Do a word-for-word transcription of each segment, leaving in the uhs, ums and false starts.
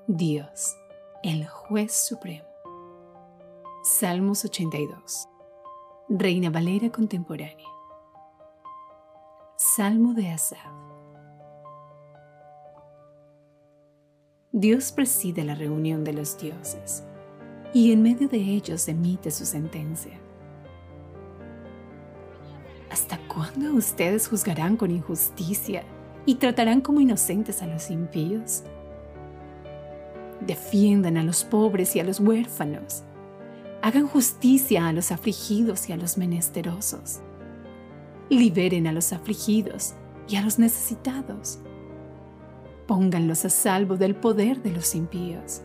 Dios, el juez supremo. Salmos ochenta y dos. Reina Valera contemporánea. Salmo de Asaf. Dios preside la reunión de los dioses, y en medio de ellos emite su sentencia. ¿Hasta cuándo ustedes juzgarán con injusticia y tratarán como inocentes a los impíos? Defiendan a los pobres y a los huérfanos. Hagan justicia a los afligidos y a los menesterosos. Liberen a los afligidos y a los necesitados. Pónganlos a salvo del poder de los impíos.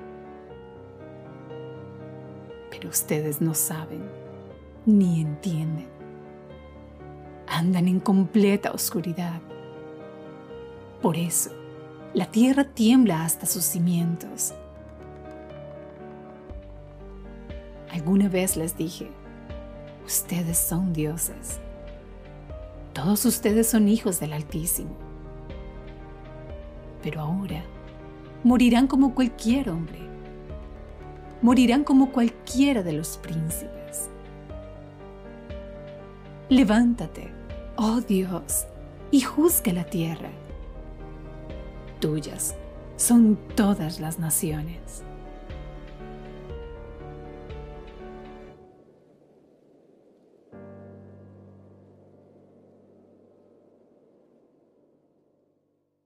Pero ustedes no saben ni entienden. Andan en completa oscuridad. Por eso, la tierra tiembla hasta sus cimientos. Alguna vez les dije, ustedes son dioses. Todos ustedes son hijos del Altísimo. Pero ahora morirán como cualquier hombre. Morirán como cualquiera de los príncipes. Levántate, oh Dios, y juzga la tierra. Tuyas son todas las naciones.